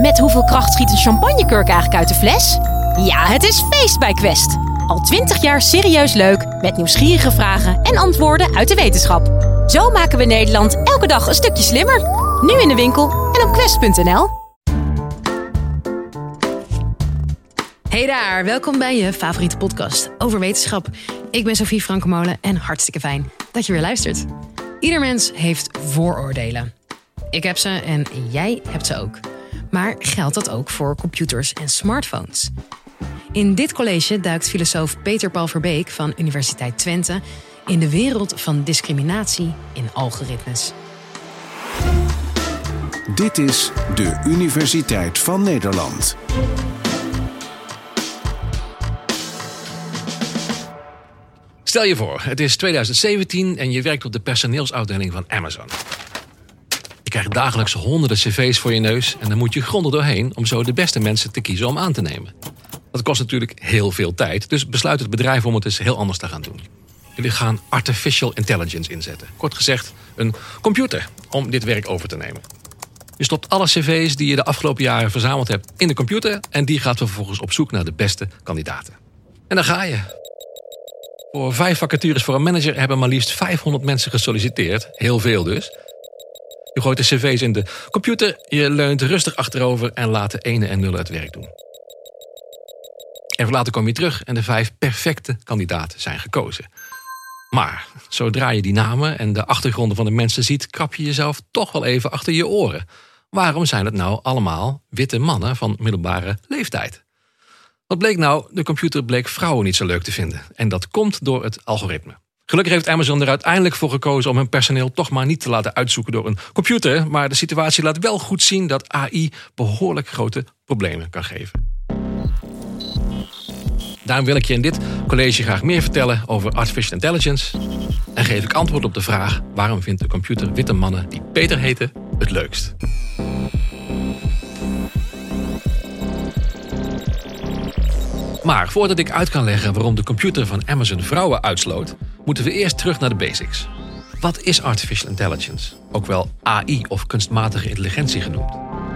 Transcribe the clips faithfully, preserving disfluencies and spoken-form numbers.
Met hoeveel kracht schiet een champagnekurk eigenlijk uit de fles? Ja, het is feest bij Quest. Al twintig jaar serieus leuk, met nieuwsgierige vragen en antwoorden uit de wetenschap. Zo maken we Nederland elke dag een stukje slimmer. Nu in de winkel en op quest punt n l. Hey daar, welkom bij je favoriete podcast over wetenschap. Ik ben Sophie Frankemolen en hartstikke fijn dat je weer luistert. Ieder mens heeft vooroordelen. Ik heb ze en jij hebt ze ook. Maar geldt dat ook voor computers en smartphones? In dit college duikt filosoof Peter Paul Verbeek van Universiteit Twente in de wereld van discriminatie in algoritmes. Dit is de Universiteit van Nederland. Stel je voor, het is tweeduizend zeventien en je werkt op de personeelsafdeling van Amazon. Je krijgt dagelijks honderden cv's voor je neus en dan moet je grondig doorheen om zo de beste mensen te kiezen om aan te nemen. Dat kost natuurlijk heel veel tijd, dus besluit het bedrijf om het eens heel anders te gaan doen. Jullie gaan artificial intelligence inzetten. Kort gezegd, een computer om dit werk over te nemen. Je stopt alle cv's die je de afgelopen jaren verzameld hebt in de computer en die gaat vervolgens op zoek naar de beste kandidaten. En dan ga je. Voor vijf vacatures voor een manager hebben maar liefst vijfhonderd mensen gesolliciteerd. Heel veel dus. Je gooit de cv's in de computer, je leunt rustig achterover en laat de ene en nullen het werk doen. Even later kom je terug en de vijf perfecte kandidaten zijn gekozen. Maar zodra je die namen en de achtergronden van de mensen ziet, krap je jezelf toch wel even achter je oren. Waarom zijn het nou allemaal witte mannen van middelbare leeftijd? Wat bleek nou? De computer bleek vrouwen niet zo leuk te vinden. En dat komt door het algoritme. Gelukkig heeft Amazon er uiteindelijk voor gekozen om hun personeel toch maar niet te laten uitzoeken door een computer. Maar de situatie laat wel goed zien dat A I behoorlijk grote problemen kan geven. Daarom wil ik je in dit college graag meer vertellen over artificial intelligence. En geef ik antwoord op de vraag: waarom vindt de computer witte mannen die Peter heten het leukst? Maar voordat ik uit kan leggen waarom de computer van Amazon vrouwen uitsloot, moeten we eerst terug naar de basics. Wat is artificial intelligence? Ook wel A I of kunstmatige intelligentie genoemd.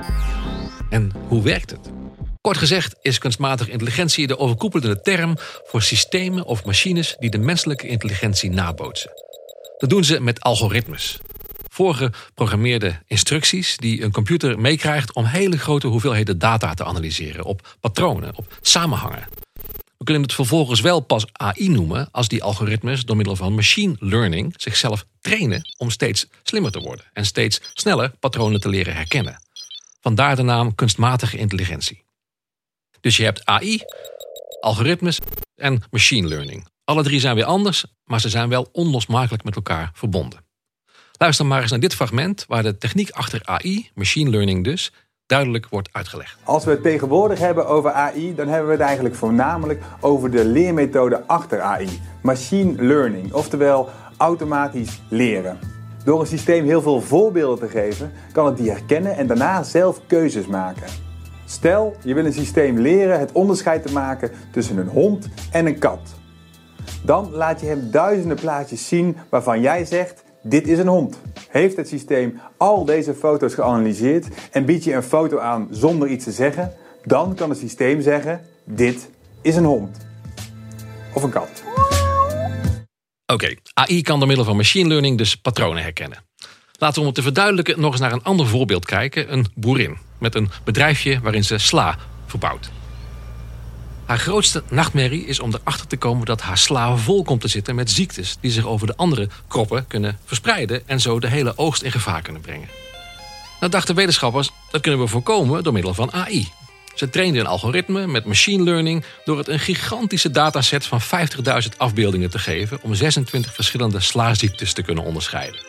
En hoe werkt het? Kort gezegd is kunstmatige intelligentie de overkoepelende term voor systemen of machines die de menselijke intelligentie nabootsen. Dat doen ze met algoritmes. Voorgeprogrammeerde instructies die een computer meekrijgt om hele grote hoeveelheden data te analyseren op patronen, op samenhangen. We kunnen het vervolgens wel pas A I noemen als die algoritmes door middel van machine learning zichzelf trainen om steeds slimmer te worden en steeds sneller patronen te leren herkennen. Vandaar de naam kunstmatige intelligentie. Dus je hebt A I, algoritmes en machine learning. Alle drie zijn weer anders, maar ze zijn wel onlosmakelijk met elkaar verbonden. Luister maar eens naar dit fragment waar de techniek achter A I, machine learning dus, duidelijk wordt uitgelegd. Als we het tegenwoordig hebben over A I, dan hebben we het eigenlijk voornamelijk over de leermethode achter A I. Machine learning, oftewel automatisch leren. Door een systeem heel veel voorbeelden te geven, kan het die herkennen en daarna zelf keuzes maken. Stel, je wil een systeem leren het onderscheid te maken tussen een hond en een kat. Dan laat je hem duizenden plaatjes zien waarvan jij zegt: dit is een hond. Heeft het systeem al deze foto's geanalyseerd en biedt je een foto aan zonder iets te zeggen, dan kan het systeem zeggen: dit is een hond. Of een kat. Oké, okay, A I kan door middel van machine learning dus patronen herkennen. Laten we om het te verduidelijken nog eens naar een ander voorbeeld kijken. Een boerin met een bedrijfje waarin ze sla verbouwt. Haar grootste nachtmerrie is om erachter te komen dat haar sla vol komt te zitten met ziektes die zich over de andere kroppen kunnen verspreiden en zo de hele oogst in gevaar kunnen brengen. Nou dachten wetenschappers, dat kunnen we voorkomen door middel van A I. Ze trainden een algoritme met machine learning door het een gigantische dataset van vijftigduizend afbeeldingen te geven om zesentwintig verschillende slaziektes te kunnen onderscheiden.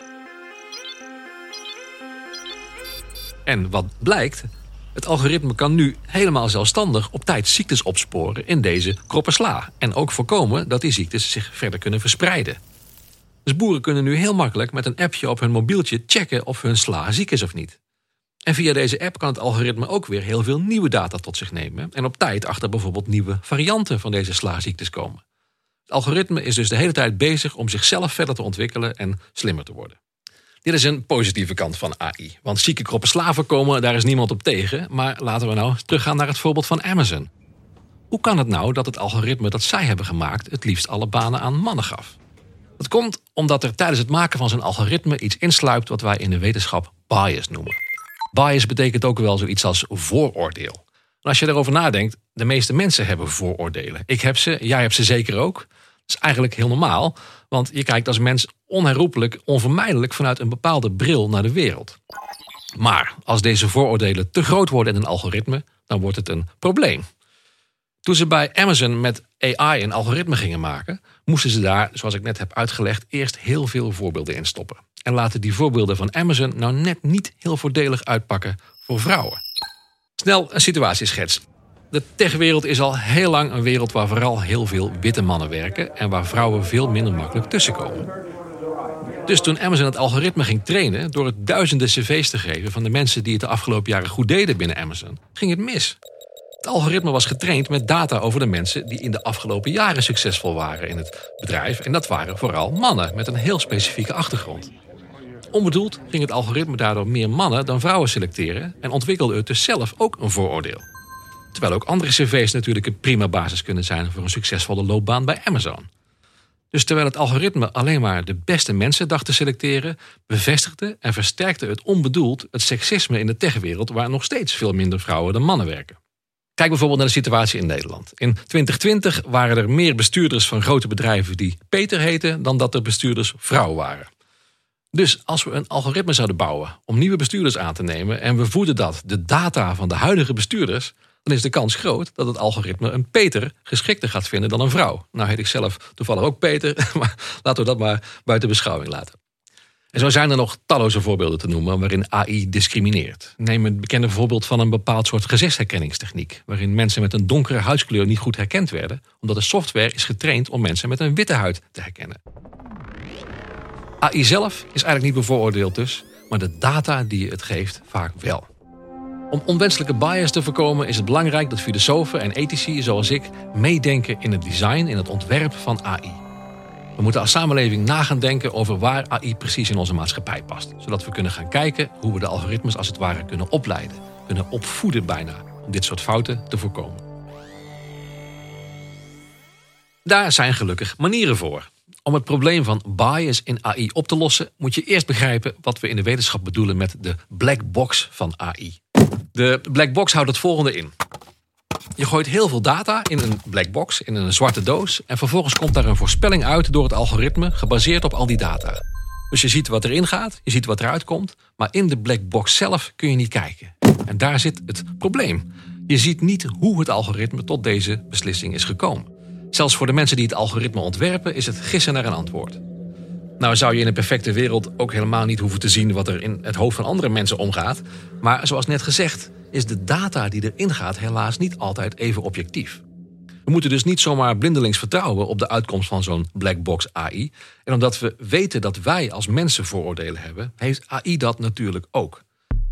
En wat blijkt? Het algoritme kan nu helemaal zelfstandig op tijd ziektes opsporen in deze kroppen sla. En ook voorkomen dat die ziektes zich verder kunnen verspreiden. Dus boeren kunnen nu heel makkelijk met een appje op hun mobieltje checken of hun sla ziek is of niet. En via deze app kan het algoritme ook weer heel veel nieuwe data tot zich nemen en op tijd achter bijvoorbeeld nieuwe varianten van deze slaziektes komen. Het algoritme is dus de hele tijd bezig om zichzelf verder te ontwikkelen en slimmer te worden. Dit is een positieve kant van A I. Want zieke kroppen slaven komen, daar is niemand op tegen. Maar laten we nou teruggaan naar het voorbeeld van Amazon. Hoe kan het nou dat het algoritme dat zij hebben gemaakt het liefst alle banen aan mannen gaf? Dat komt omdat er tijdens het maken van zo'n algoritme iets insluipt wat wij in de wetenschap bias noemen. Bias betekent ook wel zoiets als vooroordeel. En als je erover nadenkt, de meeste mensen hebben vooroordelen. Ik heb ze, jij hebt ze zeker ook. Dat is eigenlijk heel normaal, want je kijkt als mens onherroepelijk, onvermijdelijk vanuit een bepaalde bril naar de wereld. Maar als deze vooroordelen te groot worden in een algoritme, dan wordt het een probleem. Toen ze bij Amazon met A I een algoritme gingen maken, moesten ze daar, zoals ik net heb uitgelegd, eerst heel veel voorbeelden in stoppen. En laten die voorbeelden van Amazon nou net niet heel voordelig uitpakken voor vrouwen. Snel een situatieschets. De techwereld is al heel lang een wereld waar vooral heel veel witte mannen werken en waar vrouwen veel minder makkelijk tussenkomen. Dus toen Amazon het algoritme ging trainen door het duizenden cv's te geven van de mensen die het de afgelopen jaren goed deden binnen Amazon, ging het mis. Het algoritme was getraind met data over de mensen die in de afgelopen jaren succesvol waren in het bedrijf. En dat waren vooral mannen met een heel specifieke achtergrond. Onbedoeld ging het algoritme daardoor meer mannen dan vrouwen selecteren en ontwikkelde het dus zelf ook een vooroordeel. Terwijl ook andere cv's natuurlijk een prima basis kunnen zijn voor een succesvolle loopbaan bij Amazon. Dus terwijl het algoritme alleen maar de beste mensen dacht te selecteren, bevestigde en versterkte het onbedoeld het seksisme in de techwereld waar nog steeds veel minder vrouwen dan mannen werken. Kijk bijvoorbeeld naar de situatie in Nederland. In twintig twintig waren er meer bestuurders van grote bedrijven die Peter heten dan dat er bestuurders vrouw waren. Dus als we een algoritme zouden bouwen om nieuwe bestuurders aan te nemen en we voeden dat de data van de huidige bestuurders, dan is de kans groot dat het algoritme een Peter geschikter gaat vinden dan een vrouw. Nou heet ik zelf toevallig ook Peter, maar laten we dat maar buiten beschouwing laten. En zo zijn er nog talloze voorbeelden te noemen waarin A I discrimineert. Neem het bekende voorbeeld van een bepaald soort gezichtsherkenningstechniek, waarin mensen met een donkere huidskleur niet goed herkend werden, omdat de software is getraind om mensen met een witte huid te herkennen. A I zelf is eigenlijk niet bevooroordeeld dus, maar de data die je het geeft vaak wel. Om onwenselijke bias te voorkomen is het belangrijk dat filosofen en ethici zoals ik meedenken in het design, in het ontwerp van A I. We moeten als samenleving na gaan denken over waar A I precies in onze maatschappij past. Zodat we kunnen gaan kijken hoe we de algoritmes als het ware kunnen opleiden. Kunnen opvoeden bijna, om dit soort fouten te voorkomen. Daar zijn gelukkig manieren voor. Om het probleem van bias in A I op te lossen, moet je eerst begrijpen wat we in de wetenschap bedoelen met de black box van A I. De black box houdt het volgende in. Je gooit heel veel data in een black box, in een zwarte doos, en vervolgens komt daar een voorspelling uit door het algoritme gebaseerd op al die data. Dus je ziet wat erin gaat, je ziet wat eruit komt, maar in de black box zelf kun je niet kijken. En daar zit het probleem. Je ziet niet hoe het algoritme tot deze beslissing is gekomen. Zelfs voor de mensen die het algoritme ontwerpen is het gissen naar een antwoord. Nou zou je in een perfecte wereld ook helemaal niet hoeven te zien wat er in het hoofd van andere mensen omgaat. Maar zoals net gezegd is de data die erin gaat helaas niet altijd even objectief. We moeten dus niet zomaar blindelings vertrouwen op de uitkomst van zo'n black box A I. En omdat we weten dat wij als mensen vooroordelen hebben, heeft A I dat natuurlijk ook.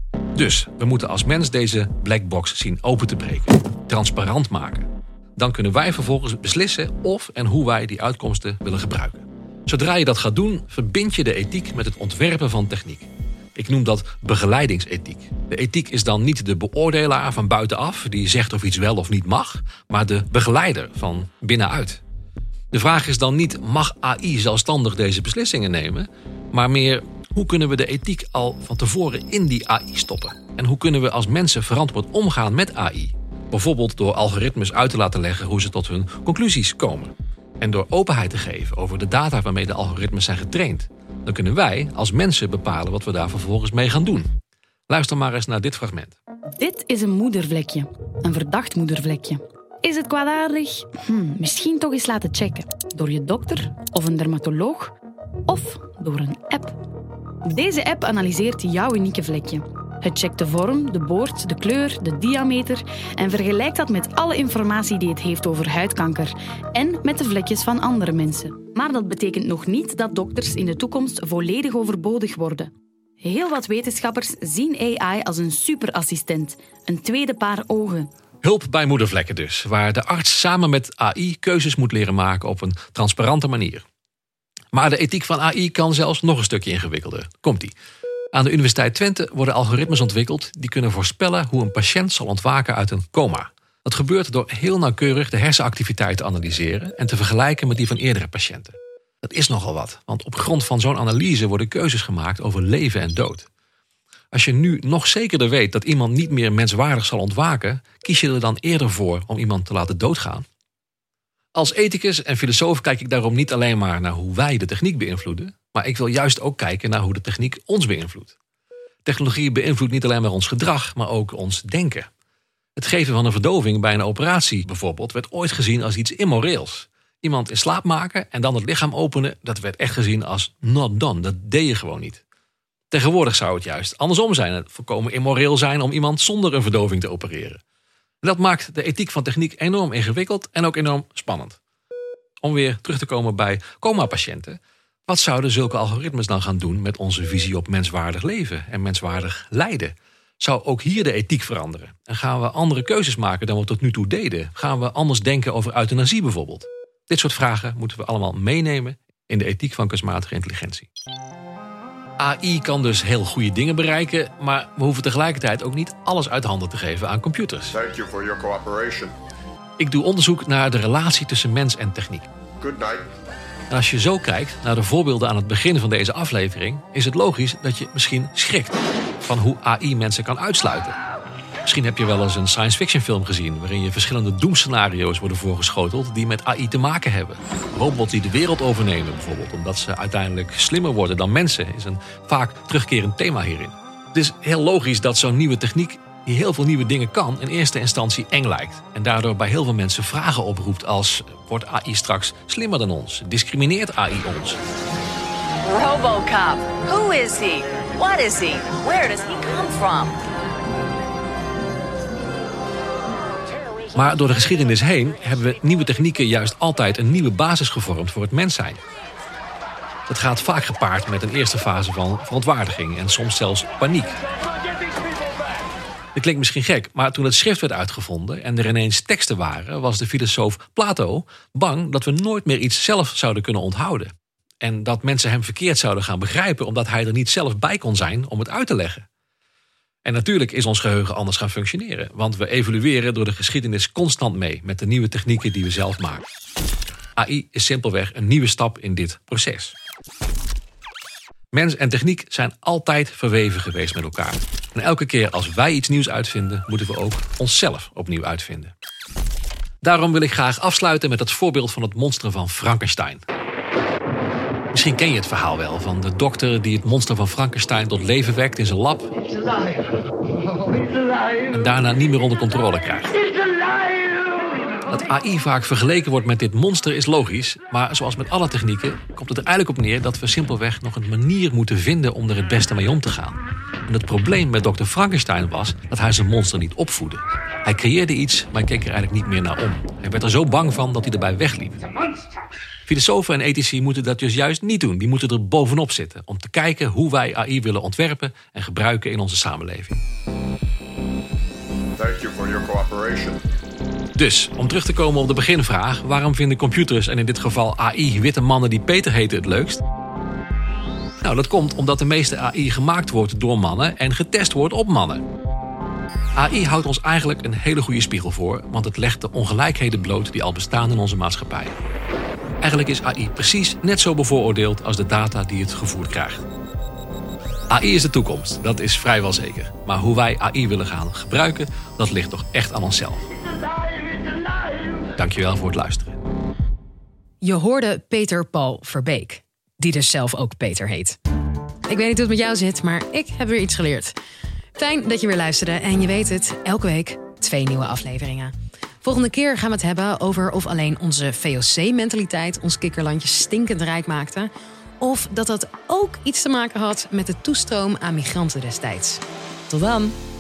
Dus we moeten als mens deze black box zien open te breken, transparant maken. Dan kunnen wij vervolgens beslissen of en hoe wij die uitkomsten willen gebruiken. Zodra je dat gaat doen, verbind je de ethiek met het ontwerpen van techniek. Ik noem dat begeleidingsethiek. De ethiek is dan niet de beoordelaar van buitenaf die zegt of iets wel of niet mag, maar de begeleider van binnenuit. De vraag is dan niet, mag A I zelfstandig deze beslissingen nemen, maar meer, hoe kunnen we de ethiek al van tevoren in die A I stoppen? En hoe kunnen we als mensen verantwoord omgaan met A I? Bijvoorbeeld door algoritmes uit te laten leggen hoe ze tot hun conclusies komen. En door openheid te geven over de data waarmee de algoritmes zijn getraind. Dan kunnen wij als mensen bepalen wat we daar vervolgens mee gaan doen. Luister maar eens naar dit fragment. Dit is een moedervlekje. Een verdacht moedervlekje. Is het kwaadaardig? Hm, misschien toch eens laten checken. Door je dokter of een dermatoloog of door een app. Deze app analyseert jouw unieke vlekje. Het checkt de vorm, de boord, de kleur, de diameter en vergelijkt dat met alle informatie die het heeft over huidkanker en met de vlekjes van andere mensen. Maar dat betekent nog niet dat dokters in de toekomst volledig overbodig worden. Heel wat wetenschappers zien A I als een superassistent, een tweede paar ogen. Hulp bij moedervlekken dus, waar de arts samen met A I keuzes moet leren maken op een transparante manier. Maar de ethiek van A I kan zelfs nog een stukje ingewikkelder. Komt-ie. Aan de Universiteit Twente worden algoritmes ontwikkeld die kunnen voorspellen hoe een patiënt zal ontwaken uit een coma. Dat gebeurt door heel nauwkeurig de hersenactiviteit te analyseren en te vergelijken met die van eerdere patiënten. Dat is nogal wat, want op grond van zo'n analyse worden keuzes gemaakt over leven en dood. Als je nu nog zekerder weet dat iemand niet meer menswaardig zal ontwaken, kies je er dan eerder voor om iemand te laten doodgaan? Als ethicus en filosoof kijk ik daarom niet alleen maar naar hoe wij de techniek beïnvloeden, maar ik wil juist ook kijken naar hoe de techniek ons beïnvloedt. Technologie beïnvloedt niet alleen maar ons gedrag, maar ook ons denken. Het geven van een verdoving bij een operatie bijvoorbeeld werd ooit gezien als iets immoreels. Iemand in slaap maken en dan het lichaam openen, dat werd echt gezien als not done. Dat deed je gewoon niet. Tegenwoordig zou het juist andersom zijn. Het volkomen immoreel zijn om iemand zonder een verdoving te opereren. Dat maakt de ethiek van techniek enorm ingewikkeld en ook enorm spannend. Om weer terug te komen bij coma-patiënten. Wat zouden zulke algoritmes dan gaan doen met onze visie op menswaardig leven en menswaardig lijden? Zou ook hier de ethiek veranderen? En gaan we andere keuzes maken dan we tot nu toe deden? Gaan we anders denken over euthanasie bijvoorbeeld? Dit soort vragen moeten we allemaal meenemen in de ethiek van kunstmatige intelligentie. A I kan dus heel goede dingen bereiken, maar we hoeven tegelijkertijd ook niet alles uit handen te geven aan computers. Thank you for your cooperation. Ik doe onderzoek naar de relatie tussen mens en techniek. Good night. En als je zo kijkt naar de voorbeelden aan het begin van deze aflevering, is het logisch dat je misschien schrikt van hoe A I mensen kan uitsluiten. Misschien heb je wel eens een science fiction film gezien waarin je verschillende doemscenario's worden voorgeschoteld die met A I te maken hebben. Robots die de wereld overnemen bijvoorbeeld, omdat ze uiteindelijk slimmer worden dan mensen, is een vaak terugkerend thema hierin. Het is heel logisch dat zo'n nieuwe techniek die heel veel nieuwe dingen kan, in eerste instantie eng lijkt. En daardoor bij heel veel mensen vragen oproept als, wordt A I straks slimmer dan ons? Discrimineert A I ons? RoboCop. Who is he? What is he? Where does he come from? Maar door de geschiedenis heen hebben we nieuwe technieken juist altijd een nieuwe basis gevormd voor het mens zijn. Dat gaat vaak gepaard met een eerste fase van verontwaardiging en soms zelfs paniek. Dat klinkt misschien gek, maar toen het schrift werd uitgevonden en er ineens teksten waren, was de filosoof Plato bang dat we nooit meer iets zelf zouden kunnen onthouden. En dat mensen hem verkeerd zouden gaan begrijpen omdat hij er niet zelf bij kon zijn om het uit te leggen. En natuurlijk is ons geheugen anders gaan functioneren, want we evolueren door de geschiedenis constant mee met de nieuwe technieken die we zelf maken. A I is simpelweg een nieuwe stap in dit proces. Mens en techniek zijn altijd verweven geweest met elkaar. En elke keer als wij iets nieuws uitvinden, moeten we ook onszelf opnieuw uitvinden. Daarom wil ik graag afsluiten met het voorbeeld van het monster van Frankenstein. Misschien ken je het verhaal wel van de dokter die het monster van Frankenstein tot leven wekt in zijn lab. En daarna niet meer onder controle krijgt. Dat A I vaak vergeleken wordt met dit monster is logisch, maar zoals met alle technieken komt het er eigenlijk op neer dat we simpelweg nog een manier moeten vinden om er het beste mee om te gaan. En het probleem met dokter Frankenstein was dat hij zijn monster niet opvoedde. Hij creëerde iets, maar hij keek er eigenlijk niet meer naar om. Hij werd er zo bang van dat hij erbij wegliep. Filosofen en ethici moeten dat dus juist niet doen. Die moeten er bovenop zitten om te kijken hoe wij A I willen ontwerpen en gebruiken in onze samenleving. Thank you for your cooperation. Dus, om terug te komen op de beginvraag, waarom vinden computers en in dit geval A I witte mannen die Peter heten het leukst? Nou, dat komt omdat de meeste A I gemaakt wordt door mannen en getest wordt op mannen. A I houdt ons eigenlijk een hele goede spiegel voor, want het legt de ongelijkheden bloot die al bestaan in onze maatschappij. Eigenlijk is A I precies net zo bevooroordeeld als de data die het gevoerd krijgt. A I is de toekomst, dat is vrijwel zeker. Maar hoe wij A I willen gaan gebruiken, dat ligt toch echt aan onszelf. Dankjewel voor het luisteren. Je hoorde Peter Paul Verbeek, die dus zelf ook Peter heet. Ik weet niet hoe het met jou zit, maar ik heb weer iets geleerd. Fijn dat je weer luisterde en je weet het, elke week twee nieuwe afleveringen. Volgende keer gaan we het hebben over of alleen onze V O C-mentaliteit ons kikkerlandje stinkend rijk maakte, of dat dat ook iets te maken had met de toestroom aan migranten destijds. Tot dan!